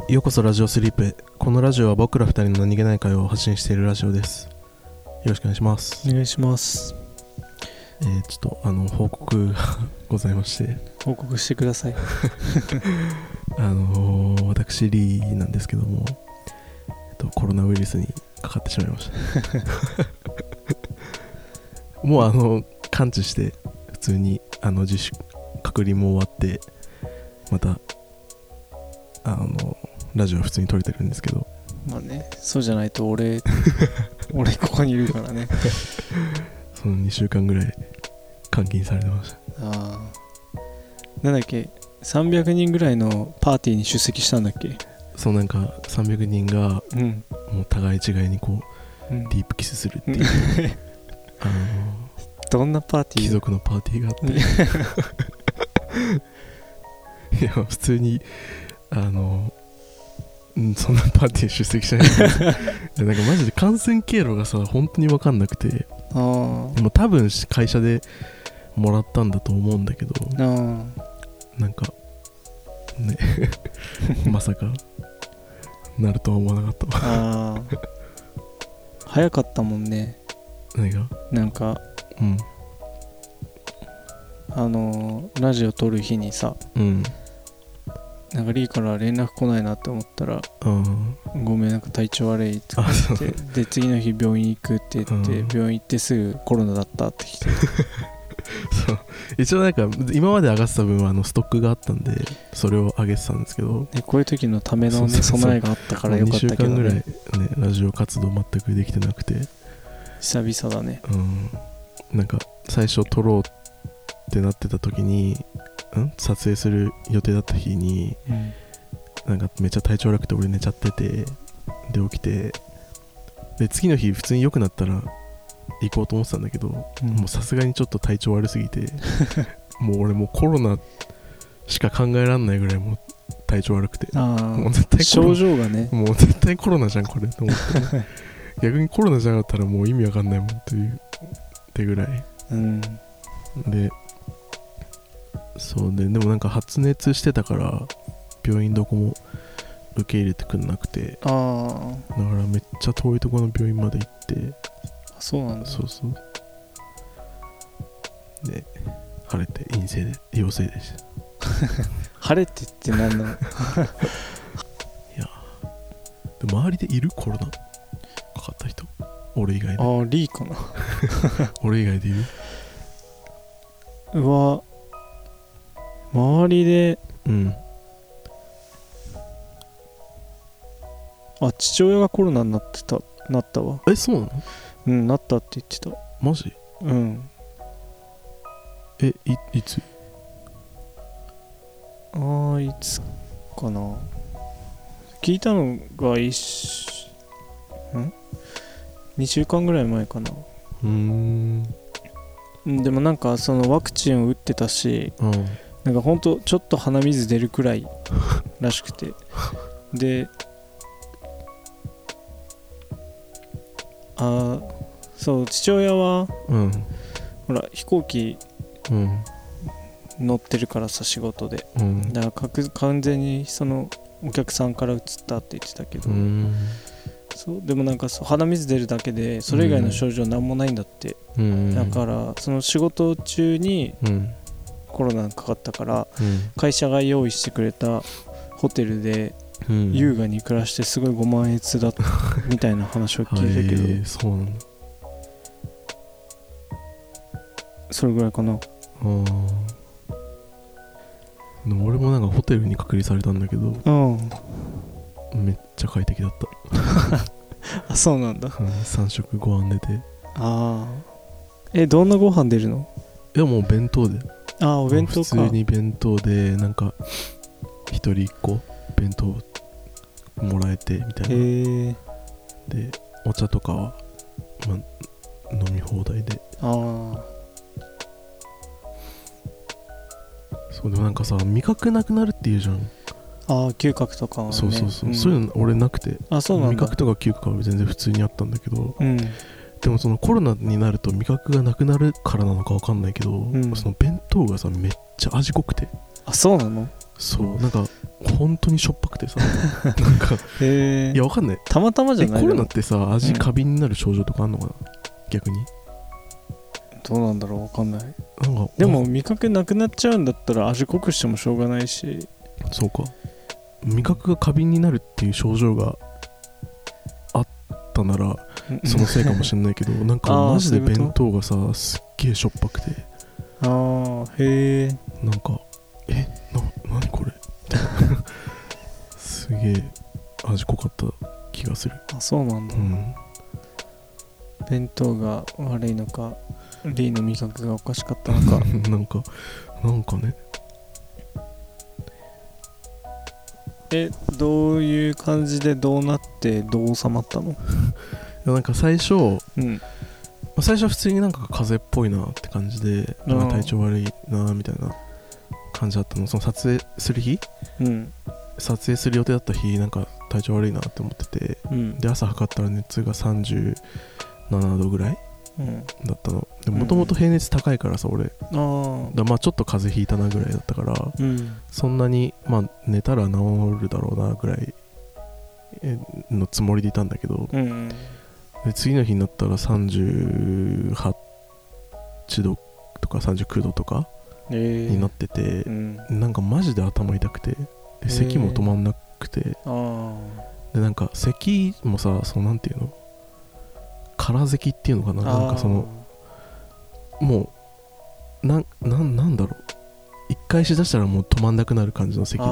ようこそラジオスリープへ。このラジオは僕ら二人の何気ない会話を発信しているラジオです。よろしくお願いします。 お願いします。 ちょっと報告がございまして。 報告してください。 私リーなんですけども、コロナウイルスにかかってしまいましたもう完治して普通に自主隔離も終わって、またラジオは普通に撮れてるんですけど、 まあね、そうじゃないと俺ここにいるからね。 その2週間ぐらい監禁されてました。 なんだっけ、300人ぐらいのパーティーに出席したんだっけ。 そう、なんか300人がもう互い違いにこう、ディープキスするっていうどんなパーティー？ 貴族のパーティーがあっていや普通にそんなパーティー出席しないんですなんかマジで感染経路がさ本当に分かんなくて、でも多分会社でもらったんだと思うんだけど、なんかねまさかなるとは思わなかったわ。 早かったもんね。 何が？ なんかラジオ撮る日にさ、なんかリーから連絡来ないなって思ったら、ごめんなんか体調悪いって言ってで次の日病院行くって言って、病院行ってすぐコロナだったって来てそう、一応なんか今まで上がってた分はストックがあったんでそれを上げてたんですけど、 こういう時のためのね備えがあったからよかったけどね。2週間ぐらいねラジオ活動全くできてなくて久々だね。 なんか最初撮ろうってなってた時に撮影する予定だった日に、なんかめっちゃ体調悪くて俺寝ちゃってて、で起きて、で次の日普通に良くなったら行こうと思ってたんだけど、もうさすがにちょっと体調悪すぎてもう俺もうコロナしか考えらんないぐらいもう体調悪くて、もう絶対症状がね、 もう絶対コロナじゃんこれと思って逆にコロナじゃなかったらもう意味わかんないもんというってぐらい、でそうでもなんか発熱してたから病院どこも受け入れてくんなくて、だからめっちゃ遠いところの病院まで行って、 そうなんだ。 そうで晴れて陰性で陽性でした晴れてって何なのいやで周りでいるコロナかかった人、俺以外で。 リーかな俺以外でいる？ 周りで父親がコロナになったわ。 そうなの？ なったって言ってた。 マジ？いつ？ いつかな。聞いたのが2週間ぐらい前かな。でもなんかそのワクチンを打ってたし、なんかほんとちょっと鼻水出るくらいらしくてでそう、父親は、ほら飛行機乗ってるからさ、仕事で、だから完全にそのお客さんから移ったって言ってたけど、そうでもなんか鼻水出るだけでそれ以外の症状なんもないんだって、だからその仕事中にコロナにかかったから、会社が用意してくれたホテルで優雅に暮らしてすごいご満悦だったみたいな話を聞いたけど、 そうなんだ。 それぐらいかな。 でも俺もなんかホテルに隔離されたんだけど、めっちゃ快適だったそうなんだ。 3食ご飯出て。 どんなご飯出るの？ いやもう弁当で。 お弁当か。 普通に弁当でなんか一人1個弁当もらえてみたいな。でお茶とかは、飲み放題で。そうでもなんかさ、味覚なくなるっていうじゃん。 嗅覚とかはね。 そういうの俺なくて。 そうなんだ。 味覚とか嗅覚は全然普通にあったんだけど、でもそのコロナになると味覚がなくなるからなのか分かんないけど、その弁当がさめっちゃ味濃くて。 そうなの？ そうなんか本当にしょっぱくてさなんかいやわかんない、 たまたまじゃないの。 コロナってさ味過敏になる症状とかあんのかな、逆にどうなんだろう、わかんない。 なんかでも味覚なくなっちゃうんだったら味濃くしてもしょうがないし。 そうか、味覚が過敏になるっていう症状があったならそのせいかもしれないけどなんかマジで弁当がさすっげえしょっぱくて、 へえ、 なんか何これすげえ味濃かった気がする。 そうなんだ、弁当が悪いのかリーの味覚がおかしかったのかなんかね。 どういう感じでどうなってどう収まったの？ なんか最初普通になんか風邪っぽいなって感じで、なんか体調悪いなみたいな感じだったの。その撮影する日、撮影する予定だった日なんか体調悪いなって思ってて、で朝測ったら熱が37度ぐらいだったの。でもともと平熱高いからさ俺、まあちょっと風邪ひいたなぐらいだったから、そんなにまあ寝たら治るだろうなぐらいのつもりでいたんだけど、で次の日になったら38度とか39度とかになってて、なんかマジで頭痛くて、で咳も止まんなくて、でなんか咳もさ、そのなんていうの、空咳っていうのかな、なんかそのもうなんだろう、一回しだしたらもう止まんなくなる感じの咳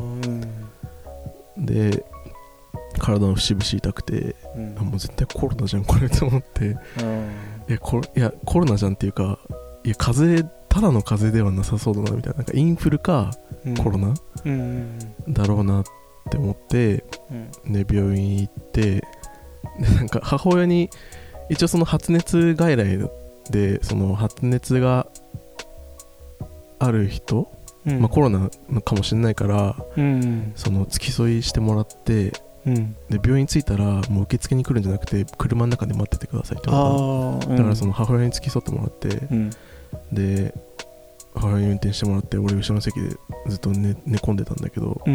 で、で体の節々痛くて、もう絶対コロナじゃんこれと思って、いやコロナじゃんっていうか、いやただの風邪ではなさそうだなみたいな、なんかインフルかコロナ、だろうなって思って、で病院行って、でなんか母親に一応その発熱外来でその発熱がある人、まあ、コロナかもしれないから、その付き添いしてもらって、で病院着いたらもう受付に来るんじゃなくて車の中で待っててくださいって言われた。だからその母親に付き添ってもらって、で母親に運転してもらって、俺後ろの席でずっと 寝込んでたんだけど、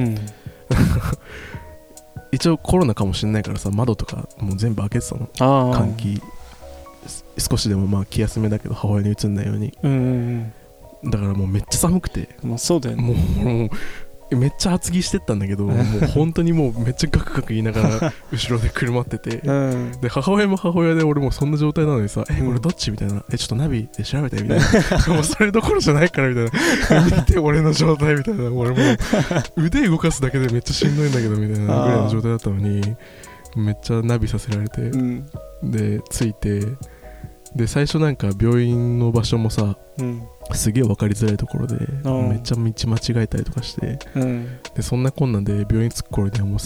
一応コロナかもしれないからさ、窓とかもう全部開けてたの、換気少しでもまあ気休めだけど母親に移んないように、だからもうめっちゃ寒くて、 そうだよね、 もうめっちゃ厚着してったんだけど、もう本当にもうめっちゃガクガク言いながら後ろで車ってて、で母親も母親で俺もそんな状態なのにさ、これどっちみたいな、ちょっとナビで調べてみたいなもうそれどころじゃないからみたいな見て俺の状態みたいな、俺もう腕動かすだけでめっちゃしんどいんだけどみたいなぐらいの状態だったのに、めっちゃナビさせられて、で着いて、で最初なんか病院の場所もさ、すげえ分かりづらいところでめっちゃ道間違えたりとかして、でそんなこんなんで病院着く頃にはもう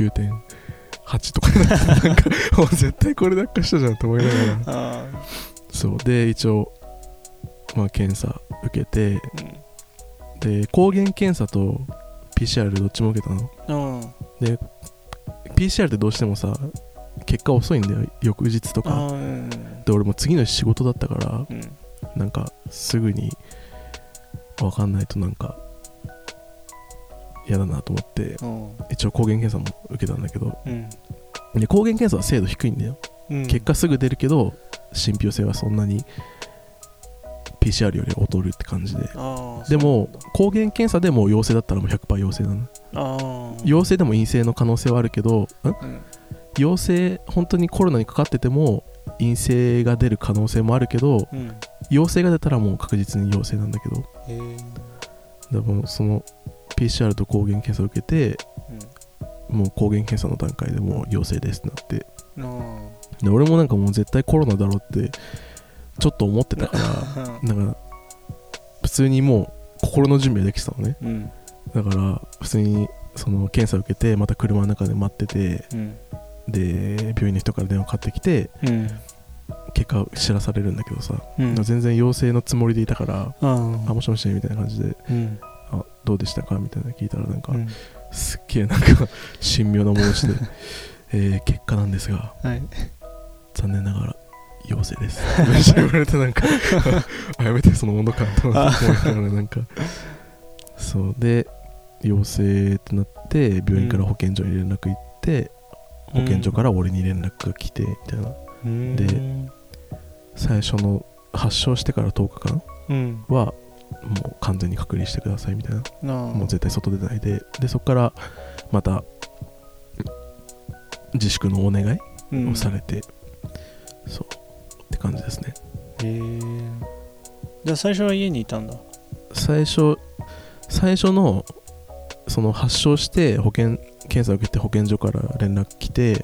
39.8 とかになって、なんかもう絶対これで悪化したじゃんと思いながらそうで一応まあ検査受けて、で抗原検査と PCR どっちも受けたの。で PCR ってどうしてもさ結果遅いんだよ、翌日とかで、俺も次の日仕事だったから、なんかすぐに分かんないとなんか嫌だなと思って、一応抗原検査も受けたんだけど、で抗原検査は精度低いんだよ、結果すぐ出るけど信憑性はそんなに PCR より劣るって感じで、でも抗原検査でも陽性だったらもう 100% 陽性なの。陽性でも陰性の可能性はあるけど、陽性本当にコロナにかかってても陰性が出る可能性もあるけど、陽性が出たらもう確実に陽性なんだけど、でもその PCR と抗原検査を受けて、もう抗原検査の段階でもう陽性ですってなって、で俺もなんかもう絶対コロナだろうってちょっと思ってたからなんか普通にもう心の準備できてたのね、だから普通にその検査を受けてまた車の中で待ってて、で病院の人から電話かかってきて、結果を知らされるんだけどさ、全然陽性のつもりでいたから、もしもしみたいな感じで、どうでしたかみたいな聞いたら、なんか、すっげえなんか神妙な申しで結果なんですが、残念ながら陽性ですめっちゃ言われて、なんかやめてその温度感と思いながらなんかそうで陽性ってなって病院から保健所に連絡行って、保健所から俺に連絡が来てみたいな、で最初の発症してから10日間はもう完全に隔離してくださいみたいな、もう絶対外出ないで、そこからまた自粛のお願いをされて、そうって感じですね。 じゃあ最初は家にいたんだ。 最初のその発症して検査を受けて保健所から連絡来て、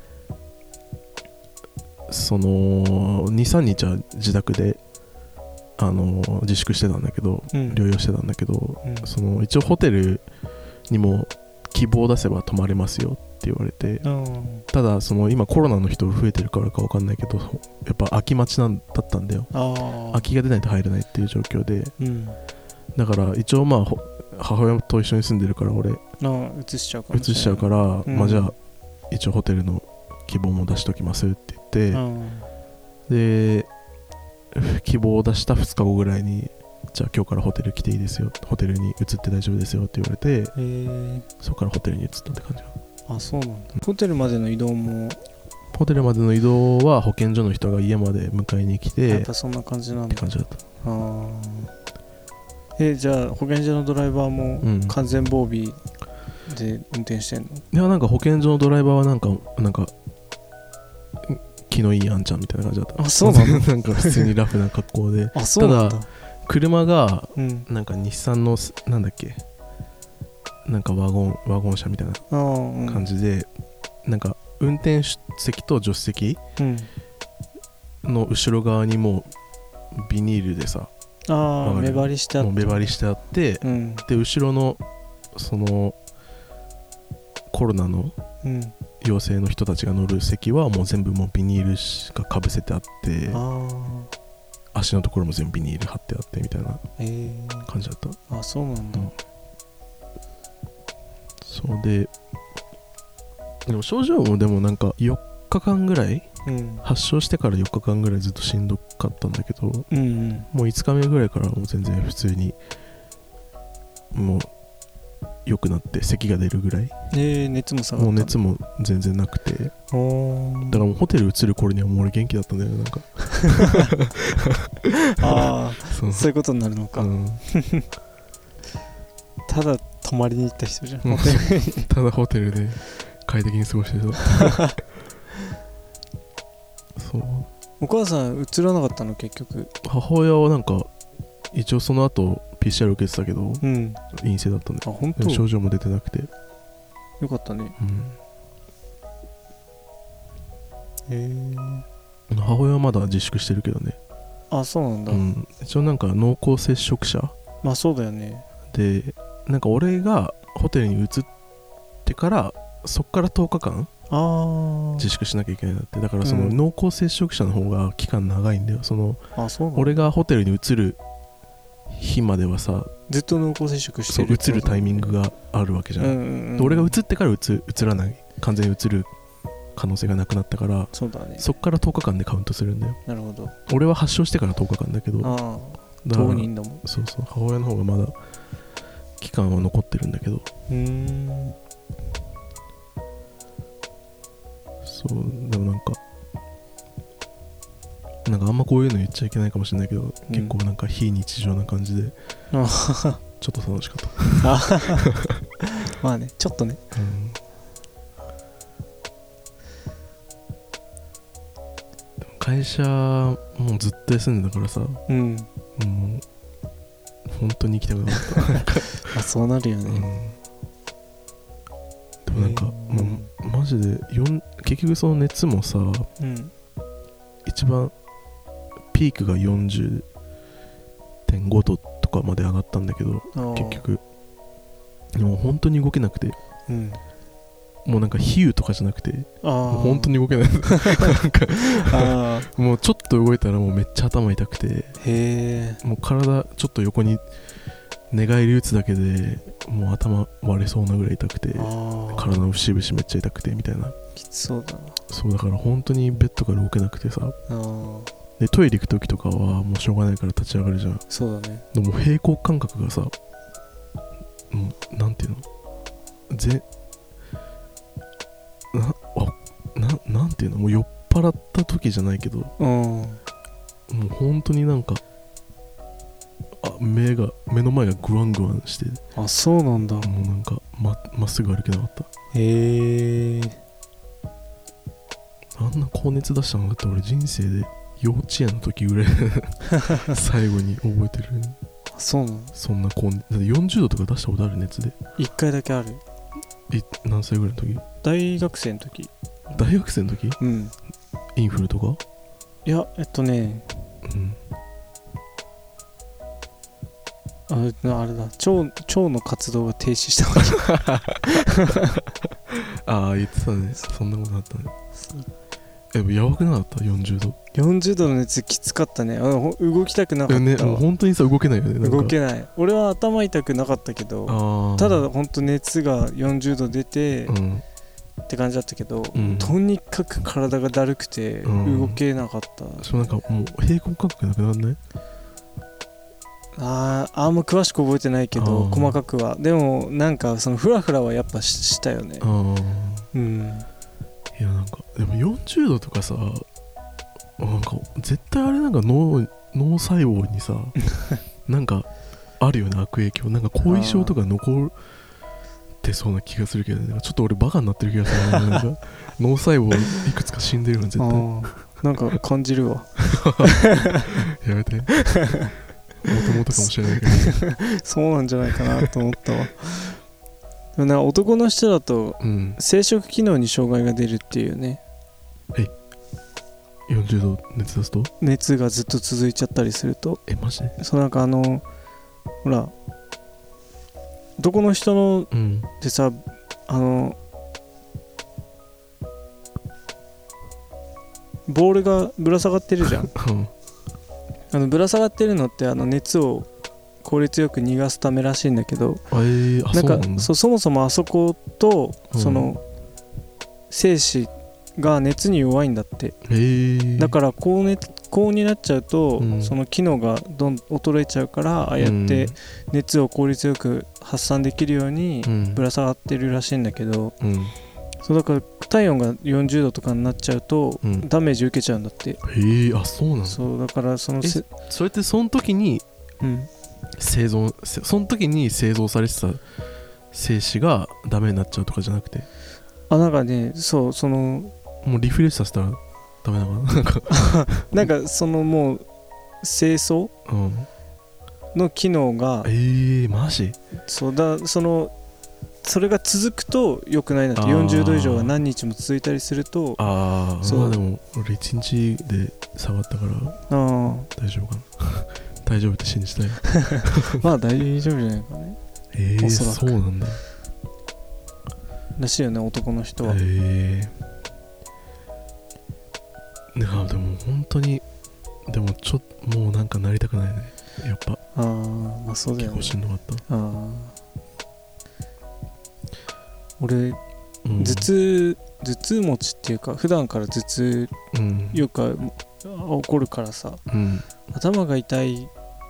その 2,3 日は自宅で自粛してたんだけど、療養してたんだけど、その一応ホテルにも希望を出せば泊まれますよって言われて、ただその今コロナの人増えてるからか分かんないけど、やっぱ空き待ちだったんだよ。空きが出ないと入れないっていう状況で、だから一応まあ母親と一緒に住んでるから俺移しちゃうから、まあじゃあ一応ホテルの希望も出しときますって言って、で希望を出した2日後ぐらいに、じゃあ今日からホテル来ていいですよ、ホテルに移って大丈夫ですよって言われて、そこからホテルに移ったって感じ。 あ、そうなんだ。ホテルまでの移動は保健所の人が家まで迎えに来て、 やっぱそんな感じなんだって感じだった。 じゃあ保健所のドライバーも完全防備で運転してんの？ いや、なんか保健所のドライバーはなんか気のいいあんちゃんみたいな感じだった。 あ、そうなの？ なんか普通にラフな格好であ、そうなんだ。 ただ車がなんか日産のなんだっけ、なんかワゴン車みたいな感じで、なんか運転席と助手席の後ろ側にもうビニールでさ、 目張りしてあって、で後ろのそのコロナの陽性の人たちが乗る席はもう全部もうビニールがかぶせてあって、足のところも全部ビニール貼ってあってみたいな感じだった。 あ、そうなんだ。 そうでも症状もでもなんか4日間ぐらい、発症してから4日間ぐらいずっとしんどかったんだけど、もう5日目ぐらいからもう全然普通にもう良くなって、咳が出るぐらい、 熱も下がった。 もう熱も全然なくて、だからもうホテル移る頃にはもう俺元気だったんだよね、なんかそういうことになるのか、ただ泊まりに行った人じゃんただホテルで快適に過ごしてたそう。 お母さん移らなかったの結局？ 母親はなんか一応その後 PCR 受けてたけど、陰性だったんで、 本当？ 症状も出てなくてよかったね。 母親はまだ自粛してるけどね。 あ、そうなんだ。 一応なんか濃厚接触者、 まあそうだよね。 でなんか俺がホテルに移ってからそっから10日間自粛しなきゃいけないんだって。だからその濃厚接触者の方が期間長いんだよ。俺がホテルに移る日まではさ、 ずっと濃厚接触してる。 移るタイミングがあるわけじゃん。俺が移ってから移らない、完全に移る可能性がなくなったから、そっから10日間でカウントするんだよ。 なるほど。 俺は発症してから10日間だけど、 当人だもん。 そう母親の方がまだ期間は残ってるんだけど、そうでもなんかあんまこういうの言っちゃいけないかもしれないけど、結構なんか非日常な感じでちょっと楽しかったまあね、ちょっとね、 でも会社もうずっと休んでたからさ、もう本当に行きたくなかったそうなるよね、 でもなんかもうマジで結局その熱もさ、一番ピークが 40.5 度とかまで上がったんだけど、結局でも本当に動けなくて、もうなんか比喩とかじゃなくて、もう本当に動けないなんかもうちょっと動いたらもうめっちゃ頭痛くて、もう体ちょっと横に寝返り打つだけでもう頭割れそうなぐらい痛くて、体の節々めっちゃ痛くてみたいな。 きつそうだな。 そうだから本当にベッドから動けなくてさ、でトイレ行く時とかはもうしょうがないから立ち上がるじゃん。 そうだね。 でも平行感覚がさ、なんていうなんていうの、もう酔っ払った時じゃないけど、もう本当になんか目の前がグワングワンして、 あ、そうなんだ。 もうなんかまっすぐ歩けなかった。 へえ。 あんな高熱出したのだって俺人生で幼稚園の時ぐらい最後に覚えてる。 そうなの。 そんな高熱だって40度とか出したことある？熱で 1回だけある。 何歳ぐらいの時？ 大学生の時。 大学生の時？ うん。 インフルとか？ いや、あれだ、腸の活動が停止したああ、言ってたね。そんなことあったね。やばくなかった？ 40 度。 40度の熱きつかったね。動きたくなかったね。 もう本当にさ、動けないよね。 動けない。俺は頭痛くなかったけど、ただ本当熱が40度出て、って感じだったけど、とにかく体がだるくて動けなかった。 そう、なんかもう平衡感覚なくならない？ あんま詳しく覚えてないけど、細かくは。でもなんかそのフラフラはやっぱしたよね。 いや、なんかでも40度とかさ、なんか絶対あれなんか脳細胞にさなんかあるよね、悪影響。なんか後遺症とか残ってそうな気がするけどね。ちょっと俺バカになってる気がするなんか脳細胞いくつか死んでるよね、絶対。 なんか感じるわやめてもともとかもしれないけどそうなんじゃないかなと思ったわ。でもなんか男の人だと生殖機能に障害が出るっていうね。 40度熱出すと熱がずっと続いちゃったりすると。 マジで？ そう、なんかほら男の人のでさ、ボールがぶら下がってるじゃんぶら下がってるのって熱を効率よく逃がすためらしいんだけど、なんかそもそもあそことその精子が熱に弱いんだって。だから高になっちゃうと、その機能が衰えちゃうから、ああやって熱を効率よく発散できるようにぶら下がってるらしいんだけど、そうだから体温が40度とかになっちゃうと、ダメージ受けちゃうんだって。 そうなの？ そうだからそれってその時にその時に製造されてた精子がダメになっちゃうとかじゃなくて、 なんかね、そう、 もうリフレッシュさせたらダメなのかななんかそのもう清掃の機能が、 マジ？ そうだ、それが続くと良くないなって。40度以上が何日も続いたりすると。 そう。でも俺1日で下がったから大丈夫かな大丈夫って信じたいまあ大丈夫じゃないかね。 そうなんだらしいよね、男の人は。 でも本当に、でももうなんかなりたくないね、やっぱ。 まあそうだよね。 結構しんどかった。 俺、頭痛持ちっていうか、普段から頭痛よく起こるからさ、頭が痛い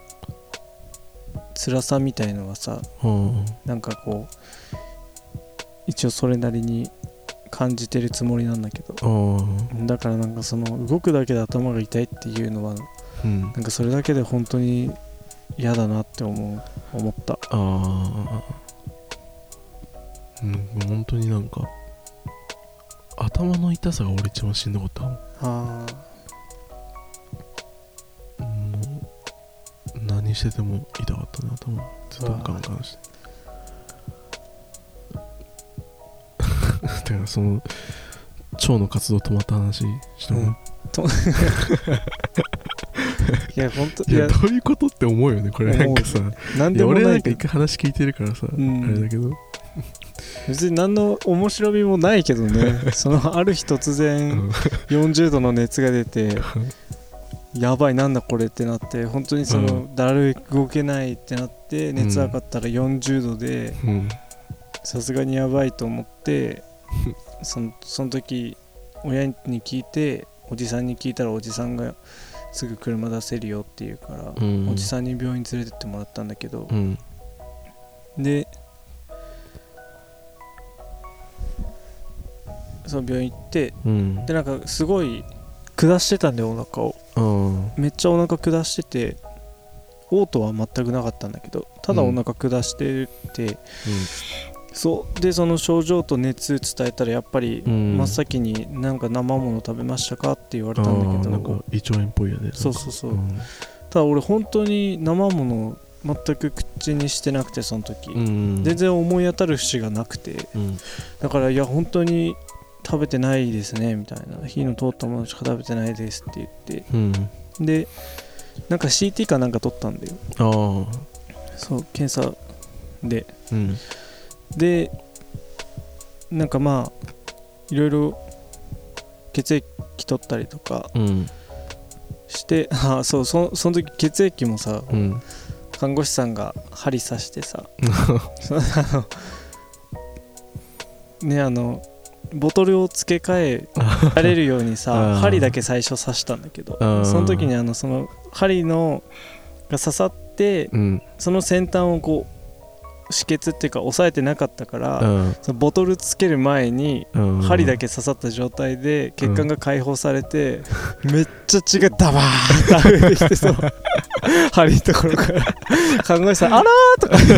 辛さみたいのがさ、なんかこう一応それなりに感じてるつもりなんだけど、だからなんかその動くだけで頭が痛いっていうのは、なんかそれだけで本当に嫌だなって思った。 本当になんか頭の痛さが俺一番しんどかった。もう何してても痛かったね、頭ずっとガンガンしてだからその腸の活動止まった話しても、いや本当、いやどういうことって思うよねこれ。なんかさ、俺なんか一回話聞いてるからさ、あれだけど別に何の面白みもないけどねある日突然40度の熱が出てやばい、なんだこれってなって、本当にだるい、動けないってなって、熱測ったら40度で、さすがにやばいと思ってその時親に聞いて、おじさんに聞いたらおじさんがすぐ車出せるよって言うから、おじさんに病院連れてってもらったんだけど、でその病院行って、でなんかすごい下してたんでお腹を、めっちゃお腹下してて、嘔吐は全くなかったんだけど、ただお腹下してて、そうでその症状と熱伝えたらやっぱり真っ先になんか生もの食べましたかって言われたんだけど、 なんか胃腸炎っぽいよね。 そう、ただ俺本当に生もの全く口にしてなくて、その時、全然思い当たる節がなくて、だからいや本当に食べてないですねみたいな、火の通ったものしか食べてないですって言って、でなんか CT かなんか取ったんだよ。そう検査で、でなんかまあいろいろ血液取ったりとかして、その時血液もさ、看護師さんが針刺してさね、ボトルを付け替えられるようにさ針だけ最初刺したんだけど、その時にその針のが刺さって、その先端をこう止血っていうか押さえてなかったから、そのボトルつける前に針だけ刺さった状態で血管が解放されて、めっちゃ血がダバーって溢れてきてさ針のところから看護師さん「あらー!」とか言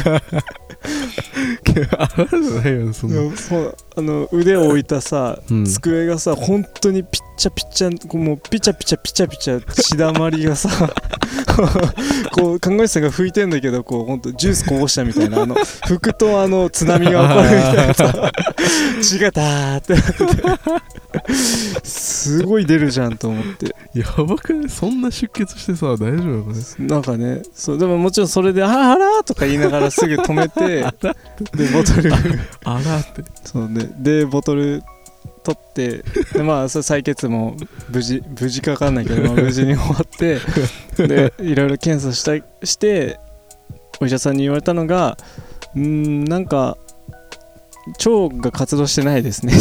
ってあらじゃないよそんな。 そう腕を置いたさ、机がさ本当にピッチャピチャ、もうピチャピチャピチャピチャ血だまりがさこう看護師さんが拭いてんだけど、こう本当ジュースこぼしたみたいな、拭くと津波が起こるみたいなさ血がダーってなっててすごい出るじゃんと思って。 やばくね、そんな出血してさ大丈夫なのかね。 なんかね、そうでももちろんそれで「あら!」とか言いながらすぐ止めてでボトルあらってそうね、でボトル取ってでまあ採血も無事か分かんないけど、無事に終わってでいろいろ検査してお医者さんに言われたのがなんか腸が活動してないですね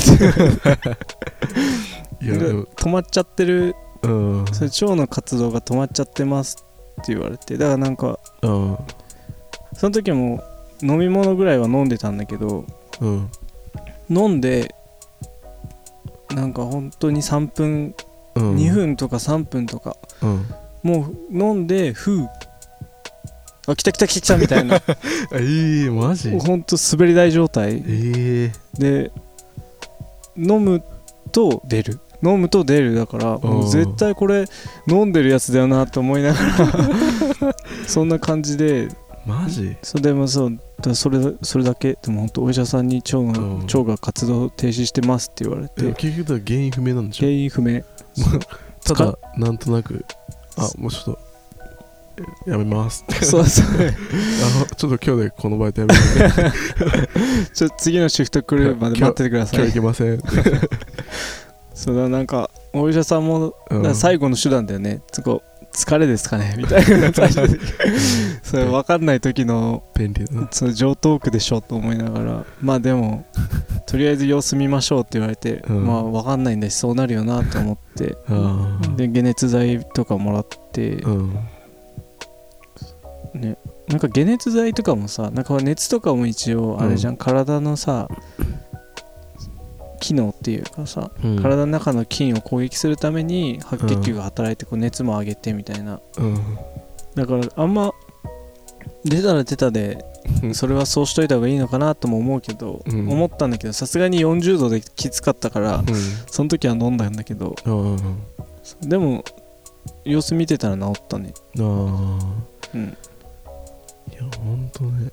いや止まっちゃってる、それ腸の活動が止まっちゃってますって言われて、だからなんかその時も飲み物ぐらいは飲んでたんだけど、飲んでなんか本当に3分、2分とか3分とか、もう飲んであ来たみたいなマジ本当滑り台状態、で飲むと出るだから、もう絶対これ飲んでるやつだよなと思いながらそんな感じで、 マジそうでもそうだ、それだけでも本当お医者さんに腸が活動停止してますって言われて、 結局は原因不明なんでしょ。 原因不明ただなんとなくもうちょっとやめますそうちょっと今日でこのバイトやめて次のシフト来るまで待っててください。 今日行けませんそうだ、なんかお医者さんも最後の手段だよね、疲れですかねみたいなそれ分かんない時の便利だな、 その常套句でしょと思いながら、まあでもとりあえず様子見ましょうって言われて、まあ分かんないんだしそうなるよなと思って、で解熱剤とかもらって、ね、なんか解熱剤とかもさ、なんか熱とかも一応あれじゃん、体のさ機能っていうかさ、体の中の菌を攻撃するために白血球が働いてこう熱も上げてみたいな、だからあんま出たら出たでそれはそうしといた方がいいのかなとも思うけど、思ったんだけど、さすがに40度できつかったから、その時は飲んだんだけど、でも様子見てたら治ったね。いやほんとね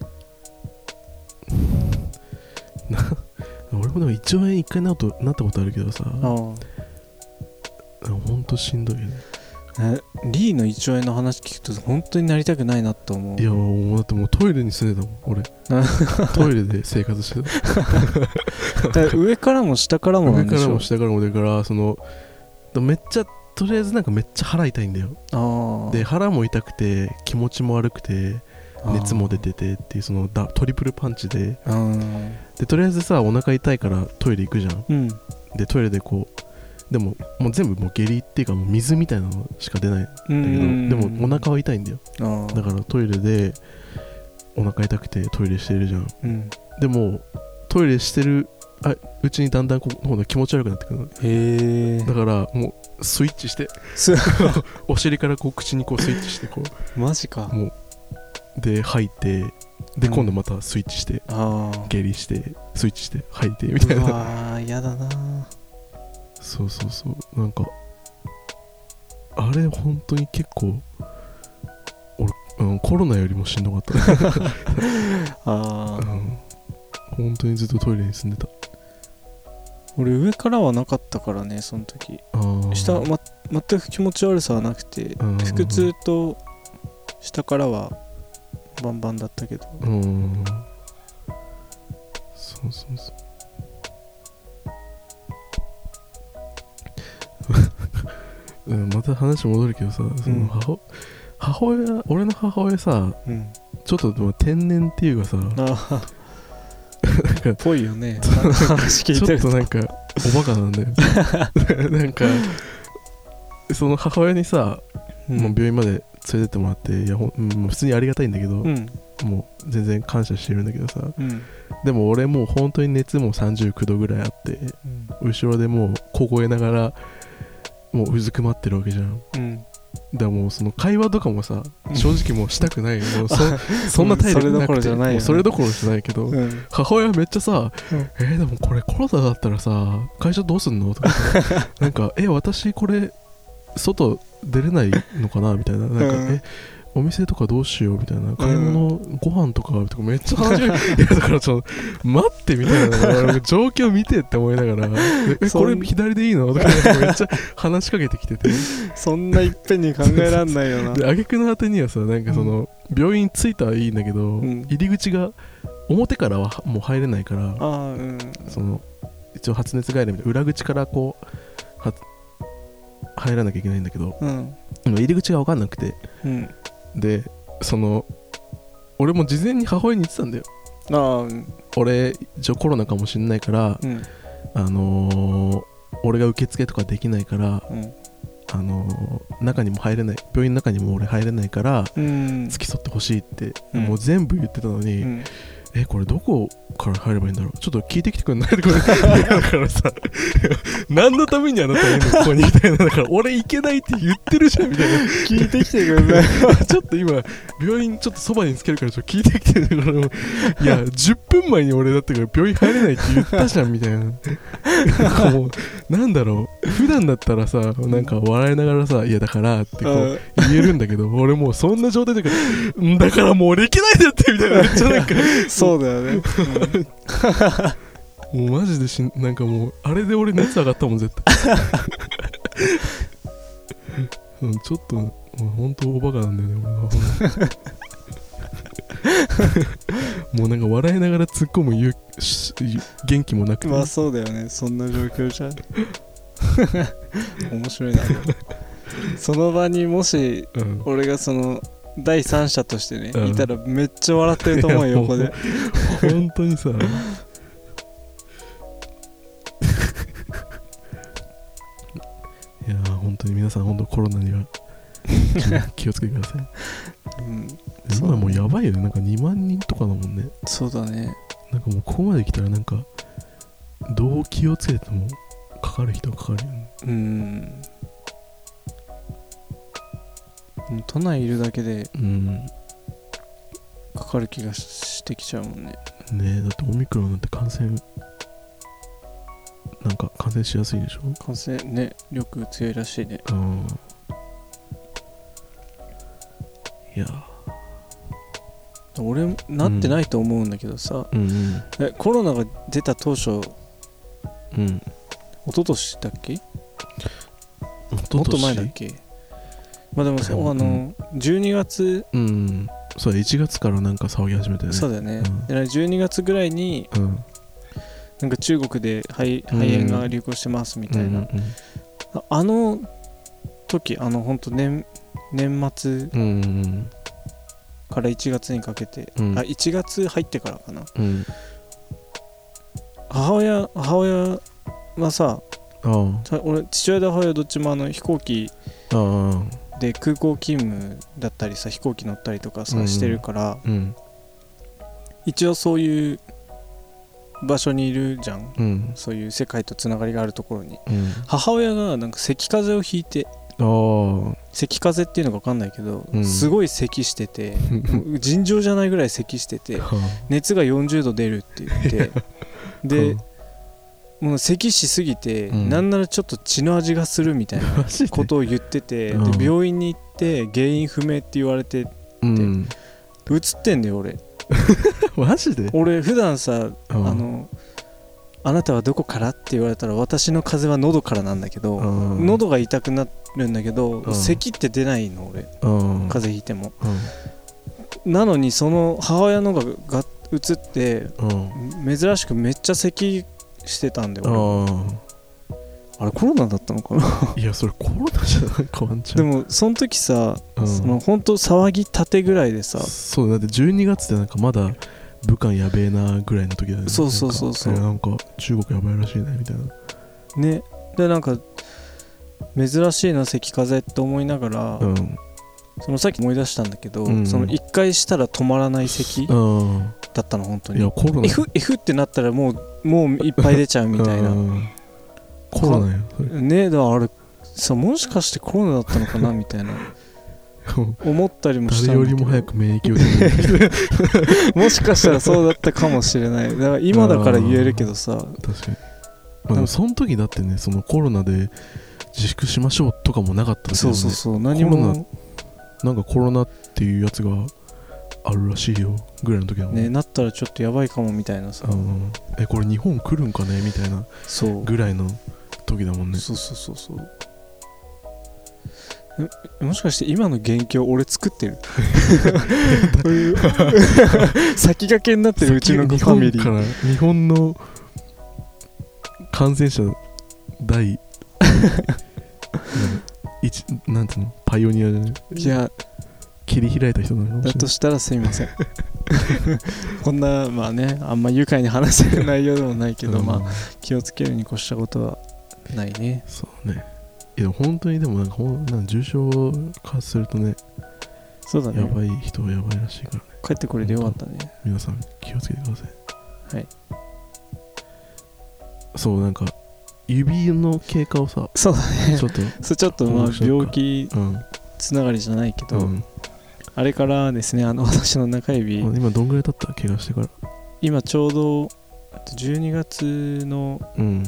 俺もでも胃腸炎一回なったことあるけどさ、ほんとしんどいよね。 リーの胃腸炎の話聞くと本当になりたくないなと思う。 いやもうだってもうトイレに住んでたもん俺トイレで生活してた上からも下からもなんでしょ。 上からも下からもだからめっちゃとりあえずなんかめっちゃ腹痛いんだよ。で腹も痛くて気持ちも悪くて熱も出ててっていうそのトリプルパンチで、とりあえずさお腹痛いからトイレ行くじゃん、でトイレでこうでももう全部もう下痢っていうかもう水みたいなのしか出ないんだけど、でもお腹は痛いんだよ。だからトイレでお腹痛くてトイレしてるじゃん、でもトイレしてるうちにだんだんこの気持ち悪くなってくるの。へー。だからもうスイッチしてお尻からこう口にこうスイッチしてこうマジか。 もうで吐いて、で今度またスイッチして、下痢してスイッチして吐いてみたいな。 うわーやだな。 そうそうそう、なんかあれ本当に結構俺、コロナよりもしんどかった本当にずっとトイレに住んでた。 俺上からはなかったからね、その時。下、全く気持ち悪さはなくて、腹痛と下からはバンバンだったけど。 そうそうそうまた話戻るけどさ、その母親、俺の母親さ、ちょっとでも天然っていうかさ、なんかぽいよね。話聞いてるとちょっとなんかおバカなんだよなんかその母親にさ、もう病院まで連れてってもらって、いやもう普通にありがたいんだけど、もう全然感謝してるんだけどさ、でも俺もう本当に熱も39度ぐらいあって、後ろでもう凍えながらもううずくまってるわけじゃん。だからもうその会話とかもさ、正直もうしたくないよ。もうそんな態度なくて、もうそれどころじゃないけど、母親めっちゃさ、でもこれコロナだったらさ、会社どうすんのとかなんか私これ外出れないのかなみたいな、なんかお店とかどうしようみたいな、買い物、ご飯とかめっちゃ話がいやだから待ってみたいな状況見てって思いながらこれ左でいいのとかめっちゃ話しかけてきててそんないっぺんに考えらんないよな。 で挙句の果てにはさ、なんかその、病院着いたはいいんだけど、入り口が表からはもう入れないから、その一応発熱外来みたいな裏口からこう入らなきゃいけないんだけど、入り口が分かんなくて、でその俺も事前に母親に言ってたんだよ。俺一応コロナかもしんないから、俺が受付とかできないから、中にも入れない、病院の中にも俺入れないから、付き添ってほしいって、もう全部言ってたのに、これどこから入ればいいんだろう、ちょっと聞いてきてくんないとかだからさ何のためにあなたいるのここにみたいな、だから俺行けないって言ってるじゃんみたいな聞いてきてくんないちょっと今病院ちょっとそばにつけるからちょっと聞いてきてるから、いや10分前に俺だったから病院入れないって言ったじゃんみたいなもうなんだろう、普段だったらさ、なんか笑いながらさ、いやだからってこう言えるんだけど、俺もうそんな状態だからだからもう俺行けないでってみたいな、めっちゃなんかそうだよねもうマジでなんかもうあれで俺熱上がったもん絶対ちょっと本当おバカなんだよね俺はもうなんか笑いながら突っ込む元気もなくて、 まあそうだよね、そんな状況じゃ面白いなその場にもし、俺がその第三者としてね、いたらめっちゃ笑ってると思うよ横で本当にさいや本当に皆さん本当コロナには気をつけてください今もうやばいよね、なんか2万人とかだもんね。 そうだね、 なんかもうここまで来たらなんかどう気をつけてもかかる人はかかるよね。 都内いるだけでかかる気がしてきちゃうもんね。 ねえ、だってオミクロンなんて感染しやすいでしょ。 感染ね、力強いらしいね。 いや俺なってないと思うんだけどさ、コロナが出た当初、一昨年だっけ、もっと前だっけ。まあでも12月、 そうだ、1月からなんか騒ぎ始めたよね。 そうだよね、12月ぐらいに、なんか中国で肺炎が流行してますみたいな、あの時ほんと年末から1月にかけて、1月入ってからかな、母親はさ、俺父親と母親どっちも飛行機で空港勤務だったりさ、飛行機乗ったりとかさ、してるから、一応そういう場所にいるじゃん、そういう世界とつながりがあるところに、母親がなんか咳風邪をひいて、咳風邪っていうのか分かんないけど、すごい咳してて尋常じゃないぐらい咳してて熱が40度出るって言ってでもう咳しすぎて、なんならちょっと血の味がするみたいなことを言ってて、で病院に行って原因不明って言われてて、映ってんだよ俺マジで。 俺普段さ、あなたはどこからって言われたら私の風邪は喉からなんだけど、喉が痛くなるんだけど、咳って出ないの俺、風邪ひいても、なのにその母親のが映って、珍しくめっちゃ咳してたんだよ。あれコロナだったのかないやそれコロナじゃないかワンちゃん。 でもその時さ、その本当騒ぎたてぐらいでさ、 そうだって12月ってなんかまだ武漢やべえなぐらいの時だよね。 そうなんか中国やばいらしいねみたいなね。でなんか珍しいな咳風邪って思いながら、そのさっき思い出したんだけど、その1回したら止まらない咳だったの本当に。 いやコロナ F ってなったらもういっぱい出ちゃうみたいなコロナよね。だからあれさ、もしかしてコロナだったのかなみたいな思ったりもしたんだけど、 誰よりも早く免疫を出てもしかしたらそうだったかもしれない。だから今だから言えるけどさ。 確かに、でもその時だってね、そのコロナで自粛しましょうとかもなかったですよね。 そう何もなんかコロナっていうやつがあるらしいよぐらいの時だもんね。なったらちょっとやばいかもみたいなさ、 これ日本来るんかねみたいなぐらいの時だもんね。 そうもしかして今の元気を俺作ってる先駆けになってるうちのファミリー。 日本の感染者第なんていうのパイオニアじゃない。 いや切り開いた人なのかもしれない。 だとしたらすいませんこんなまあねあんま愉快に話せる内容でもないけど、まあ気をつけるに越したことはないね。 そうね。いや本当にでもなんか重症化するとね、 そうだね、 やばい人はやばいらしいからね。 帰ってこれでよかったね。 皆さん気をつけてください。 はい。 そうなんか指の経過をさ、 そうだね、ちょっとまあ病気つながりじゃないけど、あれからですね、私の中指、 今どんぐらい経った怪我してから。 今ちょうど12月の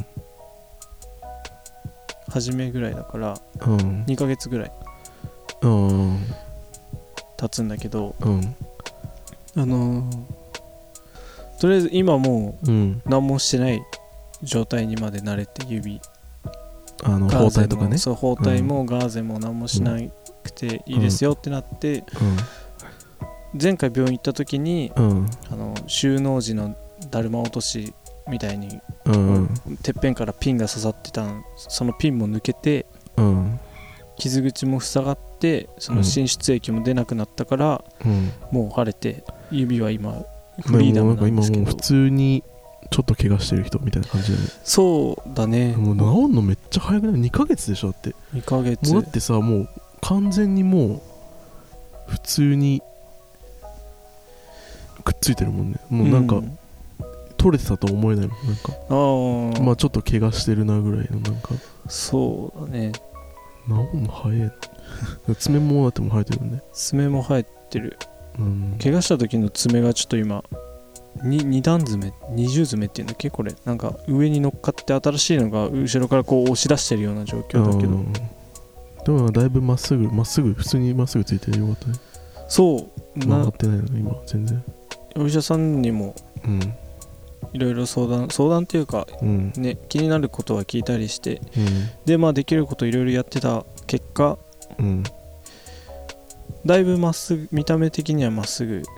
初めぐらいだから、2ヶ月ぐらい経つんだけど、とりあえず今もう何もしてない状態にまで慣れて、指包帯とかね、 そう包帯もガーゼも何もしなくていいですよってなって、前回病院行った時に、収納時のだるま落としみたいに、てっぺんからピンが刺さってたそのピンも抜けて、傷口も塞がって、その浸出液も出なくなったから、もう腫れて指は今フリーダムなんですけど、 今もう普通にちょっと怪我してる人みたいな感じだよね。 そうだね。 もう治んのめっちゃ早くない？2ヶ月でしょ。だって 2ヶ月もうだってさ、もう完全にもう普通にくっついてるもんね。もうなんか、取れてたと思えないもん。なんかまあちょっと怪我してるなぐらいの、なんかそうだね。 治んの早い爪もだっても生えてるね。 爪も生えてる、怪我した時の爪がちょっと今2段爪二重爪っていうんだっけ、これなんか上に乗っかって新しいのが後ろからこう押し出してるような状況だけど、 でもだいぶまっすぐ普通にまっすぐついてよかったね。 そう曲がってないの今全然。 お医者さんにもいろいろ相談っていうか、ね、気になることは聞いたりして、でまあできることいろいろやってた結果、だいぶまっすぐ、見た目的にはまっすぐ、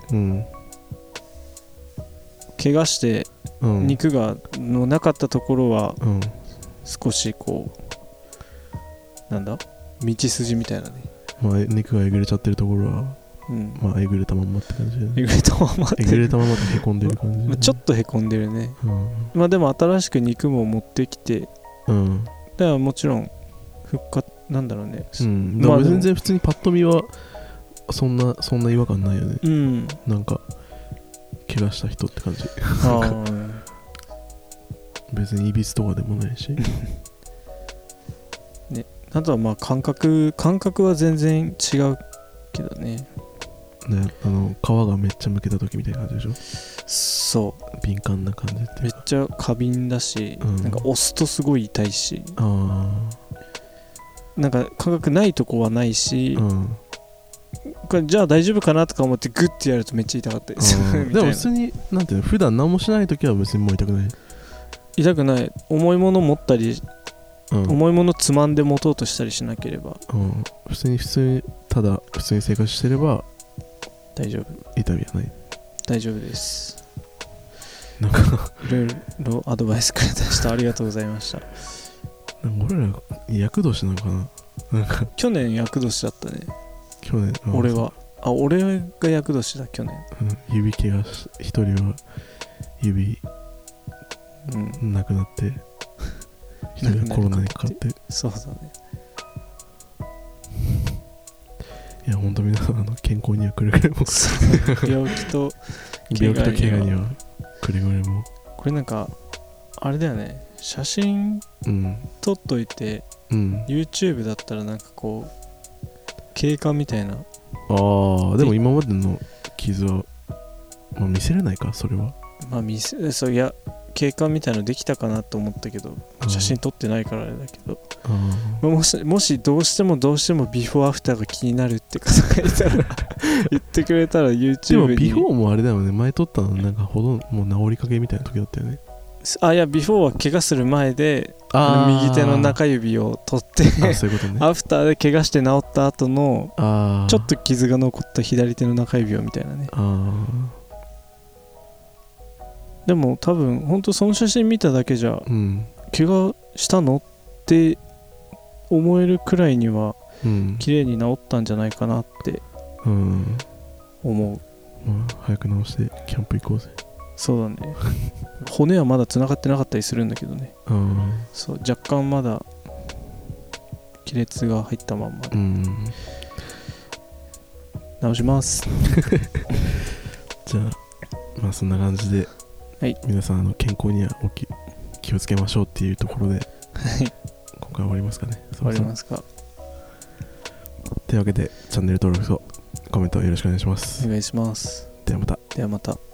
怪我して肉がのなかったところは少しこうなんだ道筋みたいなね、 まあ肉がえぐれちゃってるところはまあえぐれたまんまって感じで、 えぐれたままってへこんでる感じで、 まあ、ちょっとへこんでるね、まあでも新しく肉も持ってきて、だからもちろん復活なんだろうね、 でも全然普通にパッと見はそんな違和感ないよね。なんか怪我した人って感じ別にいびつとかでもないしね、あとはまあ感覚は全然違うけどね。 ね、皮がめっちゃむけた時みたいな感じでしょ。 そう敏感な感じっていうか、 めっちゃ過敏だし、なんか押すとすごい痛いし、なんか感覚ないとこはないし、これじゃあ大丈夫かなとか思ってグッてやるとめっちゃ痛かったですでも普通になんていうの、普段何もしない時は別にもう痛くない。 痛くない。重いもの持ったり、重いものつまんで持とうとしたりしなければ、 普通にただ普通に生活してれば大丈夫。 痛みはない。大丈夫です。 なんかいろいろアドバイスくれた人ありがとうございました。 なんか俺ら厄年なのかな。なんか去年厄年だったね。 去年俺が厄年だ去年。 指怪我し、一人は指なくなって、一人はコロナにかかって。 そうだね。 いや本当皆さん健康にはくれぐれも病気と怪我にはくれぐれも。 これなんかあれだよね、写真撮っといて、YouTube だったらなんかこう経過みたいな。 でも今までの傷は、見せれないか、それは。 そういや経過みたいなのできたかなと思ったけど、写真撮ってないからあれだけど、もしどうしてもビフォーアフターが気になるって方がいたら言ってくれたら YouTube に。 でもビフォーもあれだよね、前撮ったのなんかもう治りかけみたいな時だったよね。 いやビフォーは怪我する前で右手の中指を取ってそういうことね。 アフターで怪我して治った後のちょっと傷が残った左手の中指をみたいなね。でも多分本当その写真見ただけじゃ、怪我したのって思えるくらいには綺麗に治ったんじゃないかなって思う。 早く治してキャンプ行こうぜ。 そうだね。骨はまだ繋がってなかったりするんだけどね。そう、若干まだ亀裂が入ったまんまで、直しますじゃあそんな感じで、皆さん健康には気をつけましょうっていうところで、今回終わりますかね。 終わりますか。 というわけでチャンネル登録とコメントよろしくお願いします。 お願いします。 ではまた。 ではまた。